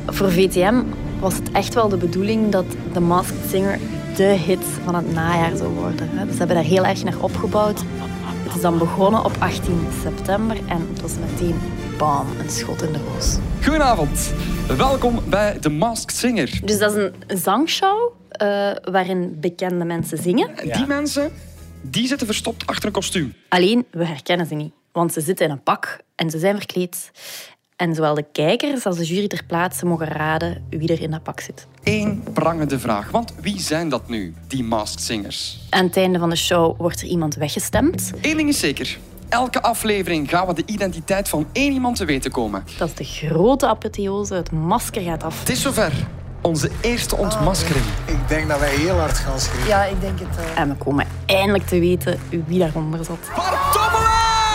Voor VTM was het echt wel de bedoeling dat The Masked Singer de hit van het najaar zou worden. Dus ze hebben daar heel erg naar opgebouwd. Het is dan begonnen op 18 september en het was meteen bam, een schot in de roos. Goedenavond, welkom bij The Masked Singer. Dus dat is een zangshow waarin bekende mensen zingen. Ja. Die mensen die zitten verstopt achter een kostuum. Alleen, we herkennen ze niet, want ze zitten in een pak en ze zijn verkleed. En zowel de kijkers als de jury ter plaatse mogen raden wie er in dat pak zit. Eén prangende vraag, want wie zijn dat nu, die Masked Singers? Aan het einde van de show wordt er iemand weggestemd. Eén ding is zeker. Elke aflevering gaan we de identiteit van één iemand te weten komen. Dat is de grote apotheose. Het masker gaat af. Het is zover. Onze eerste ontmaskering. Ik denk dat wij heel hard gaan schreeuwen. Ja, ik denk het. En we komen eindelijk te weten wie daaronder zat. Bart Tommelen!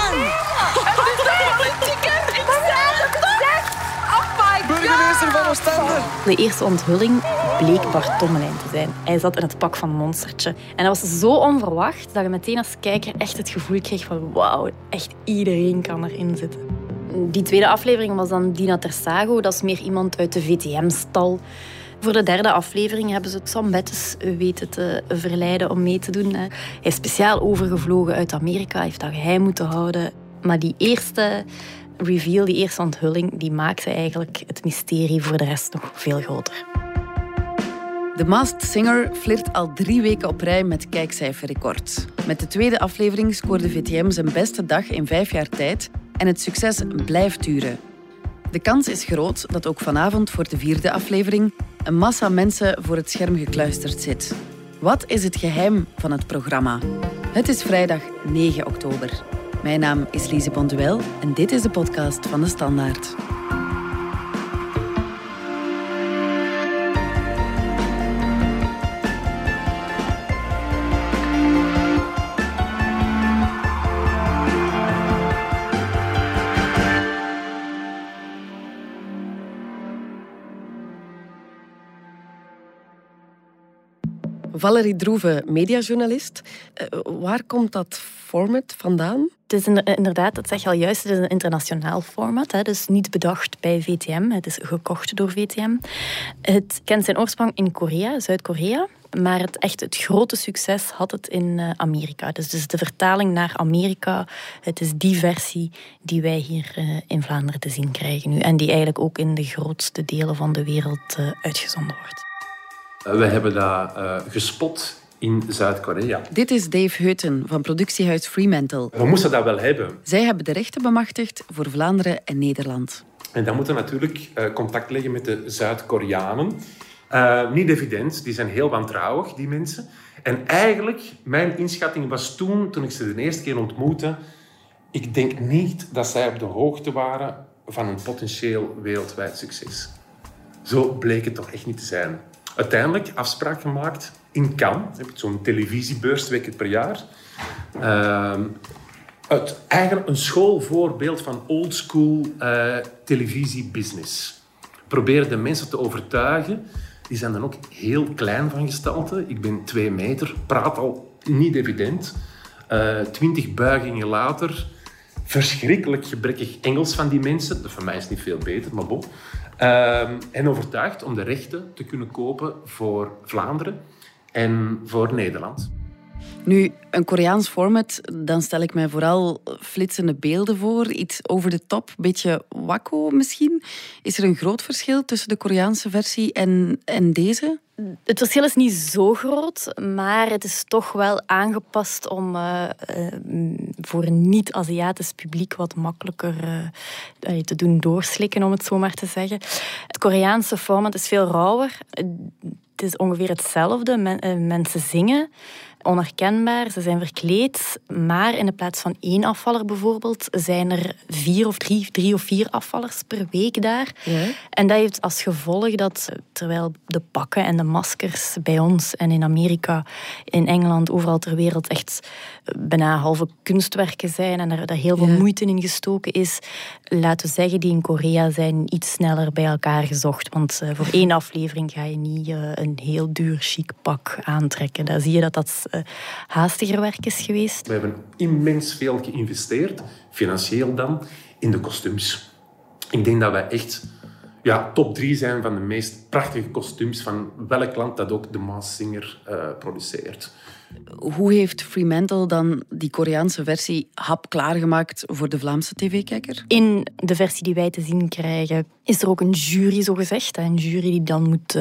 Burgemeester van Oostende. De eerste onthulling bleek Bart Tommelijn te zijn. Hij zat in het pak van Monstertje. En dat was zo onverwacht dat je meteen als kijker echt het gevoel kreeg van wauw, echt iedereen kan erin zitten. Die tweede aflevering was dan Dina Tersago. Dat is meer iemand uit de VTM-stal. Voor de derde aflevering hebben ze Sam Bettes weten te verleiden om mee te doen. Hij is speciaal overgevlogen uit Amerika, heeft dat geheim moeten houden. Maar die eerste reveal, die eerste onthulling, die maakte eigenlijk het mysterie voor de rest nog veel groter. The Masked Singer flirt al 3 weken op rij met kijkcijferrecords. Met de tweede aflevering scoorde VTM zijn beste dag in 5 jaar tijd en het succes blijft duren. De kans is groot dat ook vanavond voor de 4e aflevering een massa mensen voor het scherm gekluisterd zit. Wat is het geheim van het programma? Het is vrijdag 9 oktober. Mijn naam is Lise Bonduel en dit is de podcast van De Standaard. Valerie Droeve, mediajournalist. Waar komt dat format vandaan? Het is inderdaad, dat zeg je al juist, het is een internationaal format. Hè, dus niet bedacht bij VTM, het is gekocht door VTM. Het kent zijn oorsprong in Korea, Zuid-Korea. Maar het grote succes had het in Amerika. Dus de vertaling naar Amerika, het is die versie die wij hier in Vlaanderen te zien krijgen nu. En die eigenlijk ook in de grootste delen van de wereld uitgezonden wordt. We hebben dat gespot in Zuid-Korea. Dit is Dave Heuten van productiehuis Fremantle. We moesten dat wel hebben. Zij hebben de rechten bemachtigd voor Vlaanderen en Nederland. En dan moeten we natuurlijk contact leggen met de Zuid-Koreanen. Niet evident, die zijn heel wantrouwig, die mensen. En eigenlijk, mijn inschatting was toen ik ze de eerste keer ontmoette, ik denk niet dat zij op de hoogte waren van een potentieel wereldwijd succes. Zo bleek het toch echt niet te zijn. Uiteindelijk afspraak gemaakt in Cannes. Je hebt zo'n televisiebeurs 2 keer per jaar. Eigenlijk een schoolvoorbeeld van oldschool televisiebusiness. Proberen de mensen te overtuigen. Die zijn dan ook heel klein van gestalte. Ik ben 2 meter, praat al niet evident. 20 buigingen later, verschrikkelijk gebrekkig Engels van die mensen. Dat van mij is niet veel beter, maar bon. En overtuigd om de rechten te kunnen kopen voor Vlaanderen en voor Nederland. Nu, een Koreaans format, dan stel ik mij vooral flitsende beelden voor. Iets over de top, een beetje wakko misschien. Is er een groot verschil tussen de Koreaanse versie en deze? Het verschil is niet zo groot, maar het is toch wel aangepast om voor een niet-Aziatisch publiek wat makkelijker te doen doorslikken, om het zo maar te zeggen. Het Koreaanse format is veel rauwer. Het is ongeveer hetzelfde. Mensen zingen, onherkenbaar, ze zijn verkleed. Maar in de plaats van 1 afvaller bijvoorbeeld, zijn er 3 of 4 afvallers per week daar. Ja. En dat heeft als gevolg dat, terwijl de pakken en de maskers bij ons en in Amerika, in Engeland, overal ter wereld echt bijna halve kunstwerken zijn en er heel veel moeite in gestoken is, laten we zeggen, die in Korea zijn iets sneller bij elkaar gezocht. Want voor 1 aflevering ga je niet een heel duur chic pak aantrekken. Daar zie je dat haastiger werk is geweest. We hebben immens veel geïnvesteerd, financieel dan, in de kostuums. Ik denk dat wij echt ja, top 3 zijn van de meest prachtige kostuums van welk land dat ook de Masked Singer produceert. Hoe heeft Fremantle dan die Koreaanse versie hapklaar gemaakt voor de Vlaamse tv-kijker? In de versie die wij te zien krijgen is er ook een jury, zogezegd. Een jury die dan moet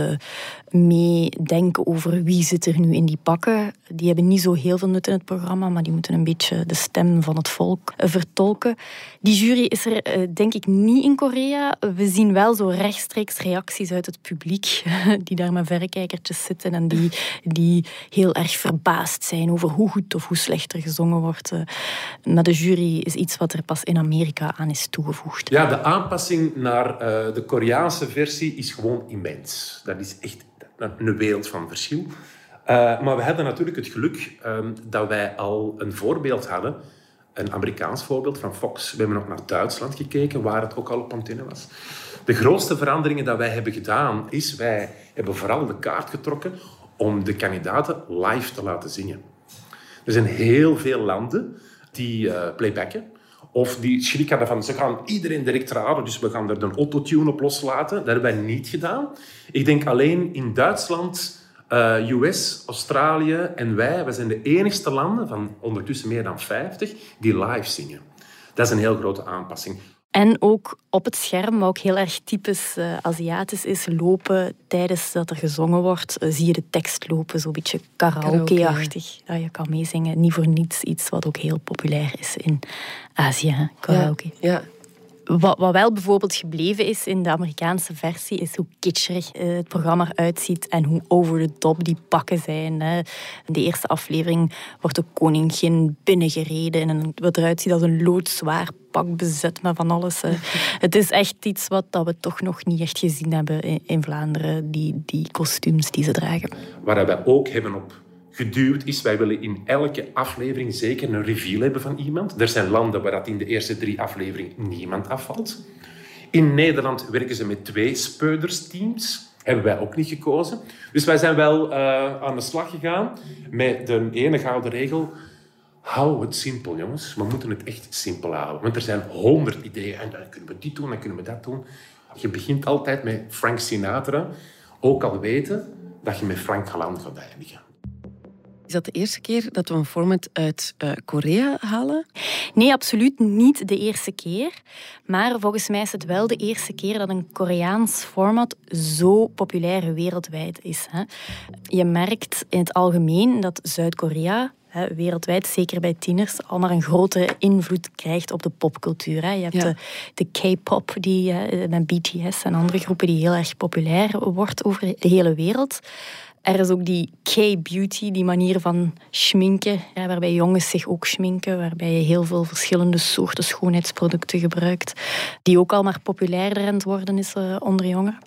meedenken over wie zit er nu in die pakken. Die hebben niet zo heel veel nut in het programma, maar die moeten een beetje de stem van het volk vertolken. Die jury is er denk ik niet in Korea. We zien wel zo rechtstreeks reacties uit het publiek die daar met verrekijkertjes zitten en die heel erg verbaasd zijn over hoe goed of hoe slecht er gezongen wordt. Maar de jury is iets wat er pas in Amerika aan is toegevoegd. Ja, de aanpassing naar de Koreaanse versie is gewoon immens. Dat is echt een wereld van verschil. Maar we hadden natuurlijk het geluk dat wij al een voorbeeld hadden, een Amerikaans voorbeeld van Fox. We hebben ook naar Duitsland gekeken, waar het ook al op antenne was. De grootste veranderingen die wij hebben gedaan, is wij hebben vooral de kaart getrokken om de kandidaten live te laten zingen. Er zijn heel veel landen die playbacken. Of die schrik hadden van, ze gaan iedereen direct raden, dus we gaan er een autotune op loslaten. Dat hebben wij niet gedaan. Ik denk alleen in Duitsland, US, Australië en wij zijn de enigste landen van ondertussen meer dan 50 die live zingen. Dat is een heel grote aanpassing. En ook op het scherm, wat ook heel erg typisch Aziatisch is, lopen tijdens dat er gezongen wordt, zie je de tekst lopen, zo'n beetje karaoke-achtig. Ja, je kan meezingen, niet voor niets iets wat ook heel populair is in Azië, karaoke. Ja. Wat wel bijvoorbeeld gebleven is in de Amerikaanse versie, is hoe kitscherig het programma eruit ziet en hoe over the top die pakken zijn. In de eerste aflevering wordt de koningin binnengereden en wat eruit ziet als een loodzwaar pak bezet met van alles. Het is echt iets wat we toch nog niet echt gezien hebben in Vlaanderen, die kostuums die ze dragen. Waar wij ook hebben op geduwd is, wij willen in elke aflevering zeker een reveal hebben van iemand. Er zijn landen waar dat in de eerste 3 afleveringen niemand afvalt. In Nederland werken ze met 2 speudersteams. Hebben wij ook niet gekozen. Dus wij zijn wel aan de slag gegaan met de ene gouden regel. Hou het simpel, jongens. We moeten het echt simpel houden. Want er zijn 100 ideeën. En dan kunnen we dit doen, dan kunnen we dat doen. Je begint altijd met Frank Sinatra. Ook al weten dat je met Frank Galant gaat eindigen. Is dat de eerste keer dat we een format uit Korea halen? Nee, absoluut niet de eerste keer. Maar volgens mij is het wel de eerste keer dat een Koreaans format zo populair wereldwijd is. Je merkt in het algemeen dat Zuid-Korea wereldwijd, zeker bij tieners, al maar een grote invloed krijgt op de popcultuur. Je hebt de K-pop, die met BTS en andere groepen, die heel erg populair wordt over de hele wereld. Er is ook die K-beauty, die manier van schminken, waarbij jongens zich ook schminken, waarbij je heel veel verschillende soorten schoonheidsproducten gebruikt, die ook al maar populairder aan het worden is onder jongeren.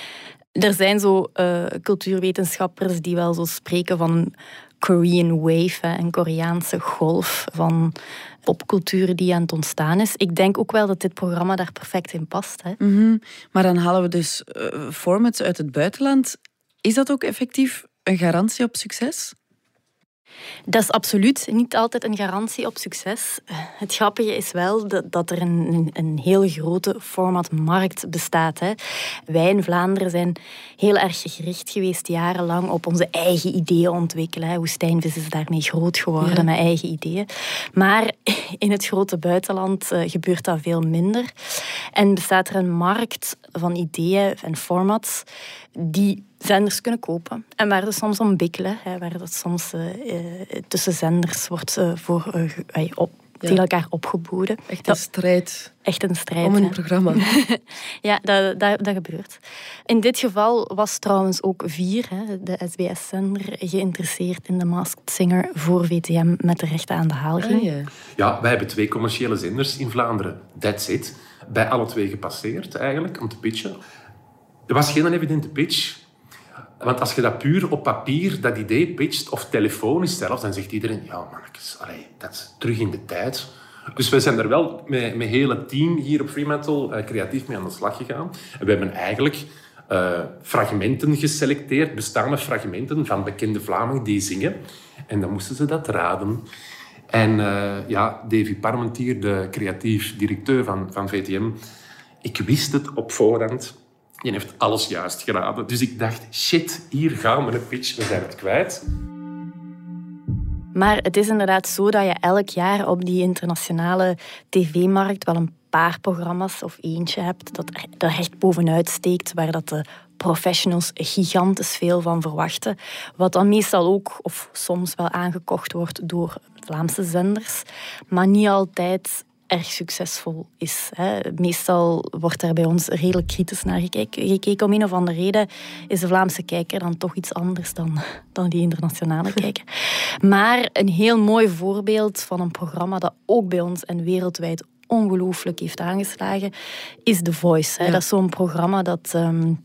Er zijn zo cultuurwetenschappers die wel zo spreken van een Korean wave, een Koreaanse golf van popcultuur die aan het ontstaan is. Ik denk ook wel dat dit programma daar perfect in past. Mm-hmm. Maar dan halen we dus formats uit het buitenland. Is dat ook effectief een garantie op succes? Dat is absoluut niet altijd een garantie op succes. Het grappige is wel dat er een heel grote formatmarkt bestaat. Wij in Vlaanderen zijn heel erg gericht geweest jarenlang op onze eigen ideeën ontwikkelen. Woestijnvis is daarmee groot geworden met eigen ideeën. Maar in het grote buitenland gebeurt dat veel minder. En bestaat er een markt van ideeën en formats die zenders kunnen kopen. En waar ze soms om bikkelen, waar dat soms tussen zenders wordt tegen elkaar opgeboden. Echt een strijd. Echt een strijd. Om een programma. Ja, dat gebeurt. In dit geval was trouwens ook 4, de SBS-zender, geïnteresseerd in de Masked Singer voor VTM met de rechten aan de haal ging. Ja, wij hebben 2 commerciële zenders in Vlaanderen. That's it. Bij alle 2 gepasseerd eigenlijk, om te pitchen. Er was geen evidente pitch. Want als je dat puur op papier, dat idee pitcht, of telefonisch zelfs, dan zegt iedereen, ja mannetjes, dat is terug in de tijd. Dus we zijn er wel met heel het team hier op Fremantle creatief mee aan de slag gegaan. En we hebben eigenlijk fragmenten geselecteerd, bestaande fragmenten van bekende Vlamingen die zingen. En dan moesten ze dat raden. En Davy Parmentier, de creatief directeur van VTM, ik wist het op voorhand. Die heeft alles juist geraden. Dus ik dacht, shit, hier gaan we een pitch, we zijn het kwijt. Maar het is inderdaad zo dat je elk jaar op die internationale tv-markt wel een paar programma's of eentje hebt dat er echt bovenuit steekt, waar dat de professionals gigantisch veel van verwachten. Wat dan meestal ook, of soms wel aangekocht wordt door Vlaamse zenders, maar niet altijd erg succesvol is. Meestal wordt er bij ons redelijk kritisch naar gekeken. Om een of andere reden is de Vlaamse kijker dan toch iets anders dan die internationale kijker. Maar een heel mooi voorbeeld van een programma dat ook bij ons en wereldwijd ongelooflijk heeft aangeslagen, is The Voice. Ja. Dat is zo'n programma dat...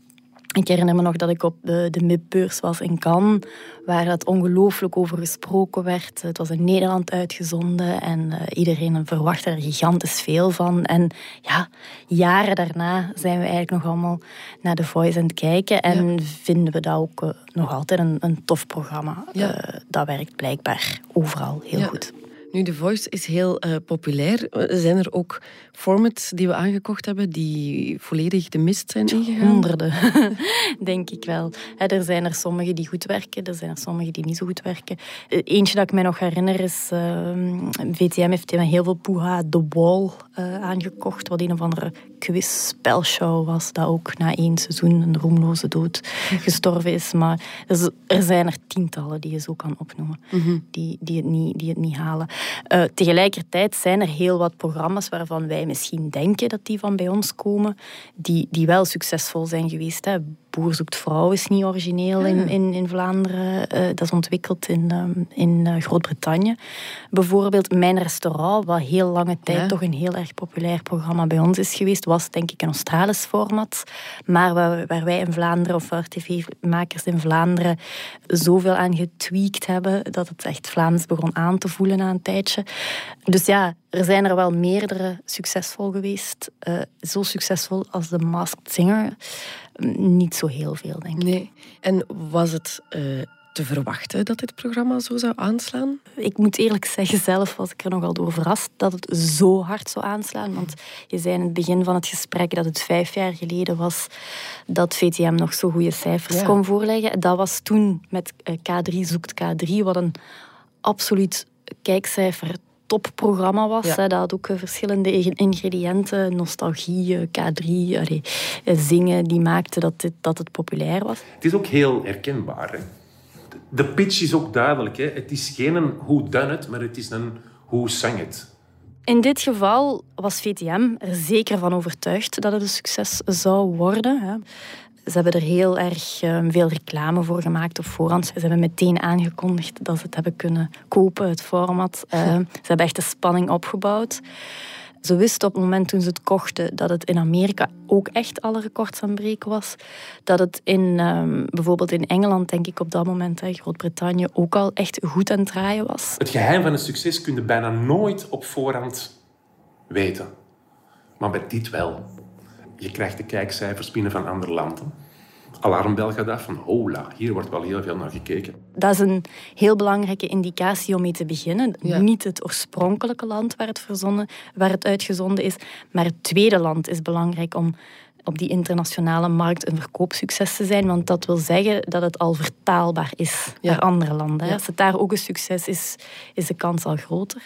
Ik herinner me nog dat ik op de MIP-beurs was in Cannes, waar dat ongelooflijk over gesproken werd. Het was in Nederland uitgezonden en iedereen verwachtte er gigantisch veel van. En ja, jaren daarna zijn we eigenlijk nog allemaal naar The Voice aan het kijken en vinden we dat ook nog altijd een tof programma. Ja. Dat werkt blijkbaar overal heel goed. Nu, The Voice is heel populair. Zijn er ook formats die we aangekocht hebben die volledig de mist zijn ingegaan? Honderden, denk ik wel. Er zijn er sommige die goed werken, er zijn er sommige die niet zo goed werken. Eentje dat ik mij nog herinner is... VTM heeft heel veel poeha The Wall aangekocht, wat een of andere quiz-spelshow was, dat ook na 1 seizoen een roemloze dood gestorven is. Maar er zijn er tientallen die je zo kan opnoemen, die het niet halen. Tegelijkertijd zijn er heel wat programma's waarvan wij misschien denken dat die van bij ons komen, die wel succesvol zijn geweest. Hè. Boer zoekt vrouw is niet origineel in Vlaanderen. Dat is ontwikkeld in Groot-Brittannië. Bijvoorbeeld Mijn Restaurant, wat heel lange tijd toch een heel erg populair programma bij ons is geweest, was denk ik een Australisch format. Maar waar wij in Vlaanderen, of waar tv-makers in Vlaanderen zoveel aan getweakt hebben, dat het echt Vlaams begon aan te voelen na een tijdje. Dus ja, er zijn er wel meerdere succesvol geweest. Zo succesvol als The Masked Singer. Niet zo heel veel, denk ik. Nee. En was het te verwachten dat dit programma zo zou aanslaan? Ik moet eerlijk zeggen, zelf was ik er nogal door verrast dat het zo hard zou aanslaan. Want je zei in het begin van het gesprek dat het 5 jaar geleden was dat VTM nog zo goede cijfers kon voorleggen. Dat was toen met K3 zoekt K3, wat een absoluut kijkcijfer topprogramma was. Dat had ook verschillende ingrediënten. Nostalgie, K3, zingen, die maakten dat het populair was. Het is ook heel herkenbaar. Hè? De pitch is ook duidelijk. Hè? Het is geen who done it, maar het is een who sang it. In dit geval was VTM er zeker van overtuigd dat het een succes zou worden. Hè. Ze hebben er heel erg veel reclame voor gemaakt op voorhand. Ze hebben meteen aangekondigd dat ze het hebben kunnen kopen, het format. Ze hebben echt de spanning opgebouwd. Ze wisten op het moment toen ze het kochten dat het in Amerika ook echt alle records aan het breken was. Dat het bijvoorbeeld in Engeland, denk ik op dat moment, Groot-Brittannië, ook al echt goed aan het draaien was. Het geheim van een succes kun je bijna nooit op voorhand weten. Maar bij dit wel. Je krijgt de kijkcijfers binnen van andere landen. Alarmbel gaat af van hola, hier wordt wel heel veel naar gekeken. Dat is een heel belangrijke indicatie om mee te beginnen. Ja. Niet het oorspronkelijke land waar het uitgezonden is, maar het tweede land is belangrijk om op die internationale markt een verkoopsucces te zijn. Want dat wil zeggen dat het al vertaalbaar is naar andere landen. Ja. Als het daar ook een succes is, is de kans al groter.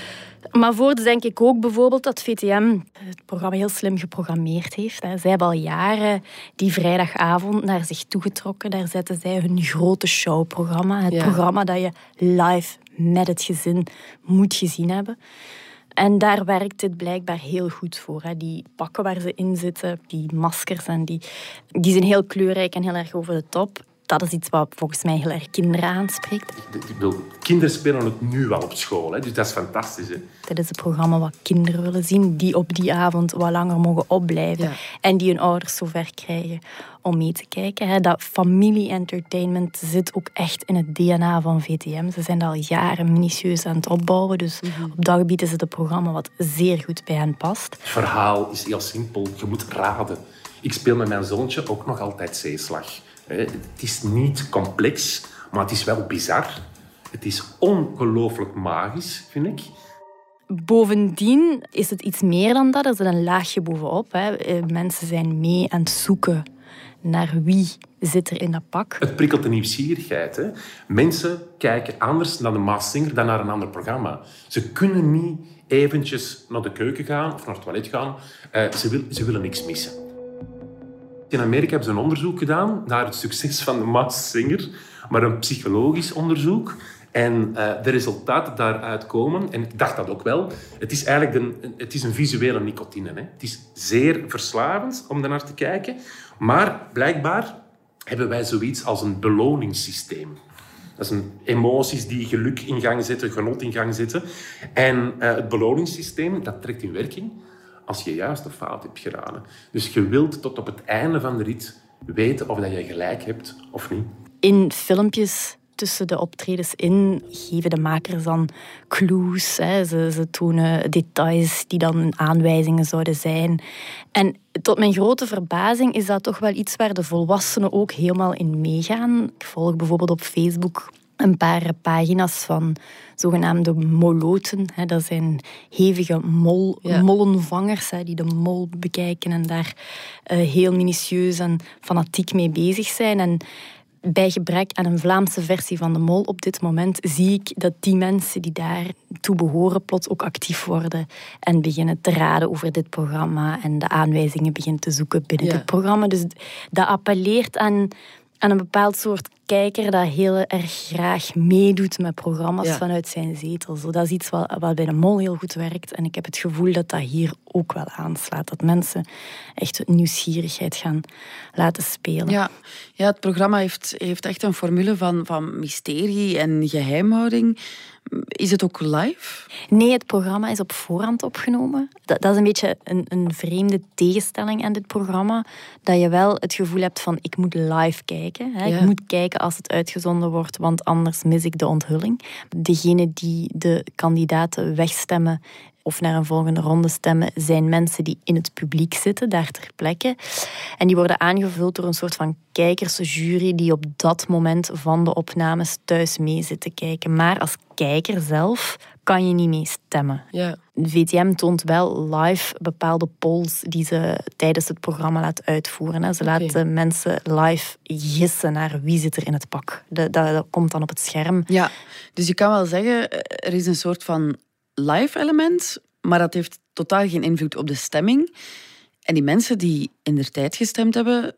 Maar voorts denk ik ook bijvoorbeeld dat VTM het programma heel slim geprogrammeerd heeft. Zij hebben al jaren die vrijdagavond naar zich toegetrokken. Daar zetten zij hun grote showprogramma. Het programma dat je live met het gezin moet gezien hebben. En daar werkt het blijkbaar heel goed voor. Die pakken waar ze in zitten, die maskers, en die zijn heel kleurrijk en heel erg over de top. Dat is iets wat volgens mij heel erg kinderen aanspreekt. Kinderen spelen het nu wel op school, hè? Dus dat is fantastisch. Hè? Dit is een programma wat kinderen willen zien, die op die avond wat langer mogen opblijven. Ja. En die hun ouders zover krijgen om mee te kijken. Dat familie-entertainment zit ook echt in het DNA van VTM. Ze zijn dat al jaren minutieus aan het opbouwen. Dus op dat gebied is het een programma wat zeer goed bij hen past. Het verhaal is heel simpel. Je moet raden. Ik speel met mijn zoontje ook nog altijd zeeslag. Het is niet complex, maar het is wel bizar. Het is ongelooflijk magisch, vind ik. Bovendien is het iets meer dan dat. Er zit een laagje bovenop. Mensen zijn mee aan het zoeken naar wie zit er in dat pak. Het prikkelt de nieuwsgierigheid. Hè? Mensen kijken anders naar de Masked Singer dan naar een ander programma. Ze kunnen niet eventjes naar de keuken gaan of naar het toilet gaan. Ze willen niks missen. In Amerika hebben ze een onderzoek gedaan naar het succes van de Masked Singer, maar een psychologisch onderzoek. En de resultaten daaruit komen, en ik dacht dat ook wel, het is eigenlijk een visuele nicotine. Hè. Het is zeer verslavend om daarnaar te kijken, maar blijkbaar hebben wij zoiets als een beloningssysteem. Dat zijn emoties die geluk in gang zetten, genot in gang zetten. En het beloningssysteem, dat trekt in werking als je juist of fout hebt geraden. Dus je wilt tot op het einde van de rit weten of dat je gelijk hebt of niet. In filmpjes tussen de optredens in geven de makers dan clues. Hè. Ze tonen details die dan aanwijzingen zouden zijn. En tot mijn grote verbazing is dat toch wel iets waar de volwassenen ook helemaal in meegaan. Ik volg bijvoorbeeld op Facebook een paar pagina's van zogenaamde moloten. Dat zijn hevige mollenvangers die de mol bekijken en daar heel minutieus en fanatiek mee bezig zijn. En bij gebrek aan een Vlaamse versie van de mol op dit moment zie ik dat die mensen die daartoe behoren plots ook actief worden en beginnen te raden over dit programma en de aanwijzingen beginnen te zoeken binnen dit programma. Dus dat appelleert aan een bepaald soort kijker dat heel erg graag meedoet met programma's vanuit zijn zetel. Zo, dat is iets wat bij de mol heel goed werkt. En ik heb het gevoel dat dat hier ook wel aanslaat. Dat mensen echt nieuwsgierigheid gaan laten spelen. Ja, het programma heeft echt een formule van mysterie en geheimhouding. Is het ook live? Nee, het programma is op voorhand opgenomen. Dat is een beetje een vreemde tegenstelling aan dit programma. Dat je wel het gevoel hebt van, ik moet live kijken. Hè. Ja. Ik moet kijken als het uitgezonden wordt, want anders mis ik de onthulling. Degenen die de kandidaten wegstemmen of naar een volgende ronde stemmen, zijn mensen die in het publiek zitten, daar ter plekke. En die worden aangevuld door een soort van kijkersjury die op dat moment van de opnames thuis mee zit te kijken. Maar als kijker zelf kan je niet mee stemmen. Ja. De VTM toont wel live bepaalde polls die ze tijdens het programma laat uitvoeren. Ze laten mensen live gissen naar wie zit er in het pak. Dat komt dan op het scherm. Ja, dus je kan wel zeggen, er is een soort van live element, maar dat heeft totaal geen invloed op de stemming. En die mensen die indertijd gestemd hebben,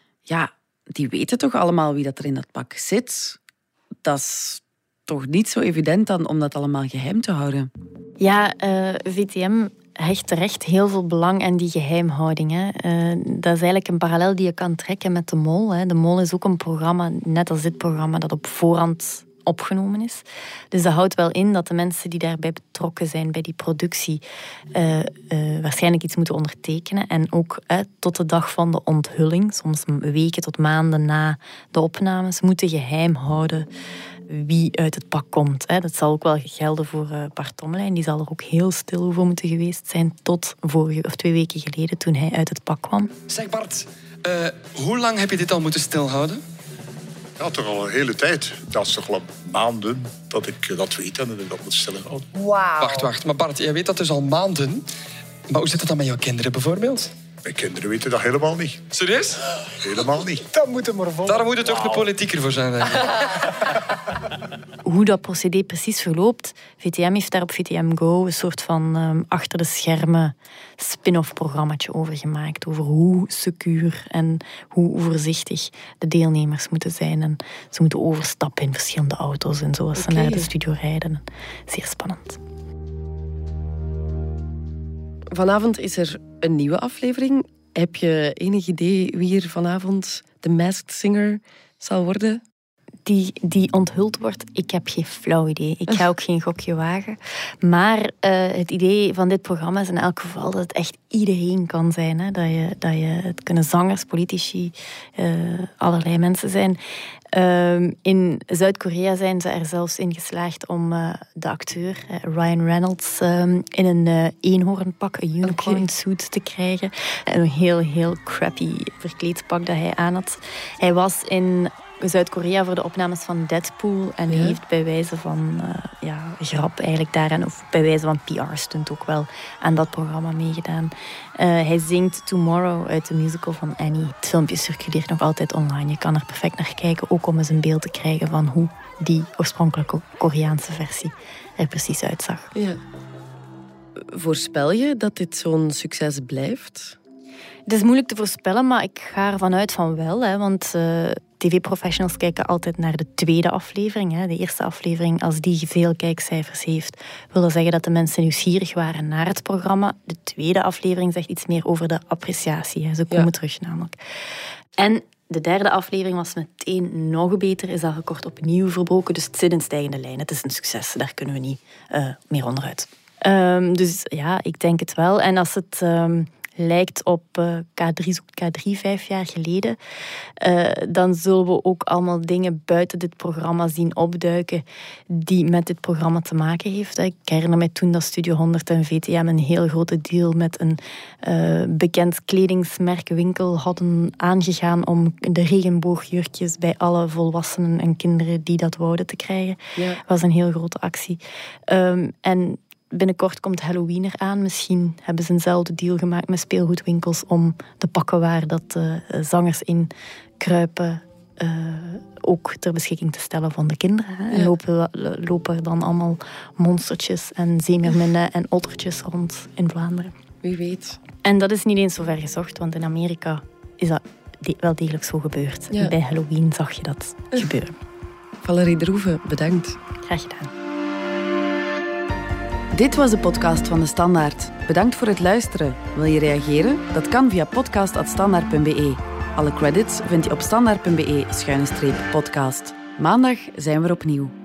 die weten toch allemaal wie dat er in dat pak zit. Dat is toch niet zo evident dan om dat allemaal geheim te houden. Ja, VTM hecht terecht heel veel belang aan die geheimhouding. Hè. Dat is eigenlijk een parallel die je kan trekken met De Mol. Hè. De Mol is ook een programma, net als dit programma, dat op voorhand opgenomen is. Dus dat houdt wel in dat de mensen die daarbij betrokken zijn bij die productie waarschijnlijk iets moeten ondertekenen en ook tot de dag van de onthulling, soms weken tot maanden na de opnames, moeten geheim houden wie uit het pak komt. Dat zal ook wel gelden voor Bart Tommelijn. Die zal er ook heel stil over moeten geweest zijn tot 2 weken geleden toen hij uit het pak kwam. Zeg Bart, hoe lang heb je dit al moeten stilhouden? Ja, toch al een hele tijd. Dat is toch al maanden dat ik dat weet en dat ik dat moet stilhouden. Wauw. Wacht. Maar Bart, jij weet dat dus al maanden. Maar hoe zit het dan met jouw kinderen bijvoorbeeld? Mijn kinderen weten dat helemaal niet. Serieus? Helemaal niet. Dat moet er maar volgen. Daar moet het toch een politieker voor zijn, denk ik. Hoe dat procedé precies verloopt, VTM heeft daar op VTM Go een soort van achter de schermen spin-off programmaatje over gemaakt. Over hoe secuur en hoe voorzichtig de deelnemers moeten zijn. En ze moeten overstappen in verschillende auto's en zo als ze naar de studio rijden. Zeer spannend. Vanavond is er een nieuwe aflevering. Heb je enig idee wie er vanavond de Masked Singer zal worden? Die onthuld wordt, ik heb geen flauw idee. Ik ga ook geen gokje wagen. Maar het idee van dit programma is in elk geval dat het echt iedereen kan zijn. Hè? Het kunnen zangers, politici, allerlei mensen zijn. In Zuid-Korea zijn ze er zelfs in geslaagd om de acteur Ryan Reynolds in een eenhoornpak, een unicorn suit te krijgen. Een heel, heel crappy verkleedpak dat hij aan had. Hij was in Zuid-Korea voor de opnames van Deadpool. En hij heeft bij wijze van grap eigenlijk daar, en of bij wijze van PR-stunt ook wel, aan dat programma meegedaan. Hij zingt Tomorrow uit de musical van Annie. Het filmpje circuleert nog altijd online. Je kan er perfect naar kijken, ook om eens een beeld te krijgen van hoe die oorspronkelijke Koreaanse versie er precies uitzag. Ja. Voorspel je dat dit zo'n succes blijft? Het is moeilijk te voorspellen, maar ik ga ervan uit van wel. Hè, want tv-professionals kijken altijd naar de tweede aflevering. Hè. De eerste aflevering, als die veel kijkcijfers heeft, wil dat zeggen dat de mensen nieuwsgierig waren naar het programma. De tweede aflevering zegt iets meer over de appreciatie. Hè. Ze komen terug namelijk. En de derde aflevering was meteen nog beter, is al gekort opnieuw verbroken. Dus het zit in stijgende lijn. Het is een succes, daar kunnen we niet meer onderuit. Dus ja, ik denk het wel. En als het lijkt op K3 zoekt K3 5 jaar geleden, dan zullen we ook allemaal dingen buiten dit programma zien opduiken die met dit programma te maken heeft. Ik herinner mij toen dat Studio 100 en VTM een heel grote deal met een bekend kledingsmerkwinkel hadden aangegaan om de regenboogjurkjes bij alle volwassenen en kinderen die dat wouden te krijgen. Ja. Dat was een heel grote actie. En binnenkort komt Halloween eraan. Misschien hebben ze eenzelfde deal gemaakt met speelgoedwinkels om de pakken waar dat zangers in kruipen ook ter beschikking te stellen van de kinderen. Hè. En lopen er dan allemaal monstertjes en zeemeerminnen en ottertjes rond in Vlaanderen. Wie weet. En dat is niet eens zo ver gezocht, want in Amerika is dat wel degelijk zo gebeurd. Ja. Bij Halloween zag je dat gebeuren. Valerie Droeve, bedankt. Graag gedaan. Dit was de podcast van De Standaard. Bedankt voor het luisteren. Wil je reageren? Dat kan via podcast@standaard.be. Alle credits vind je op standaard.be/podcast. Maandag zijn we er opnieuw.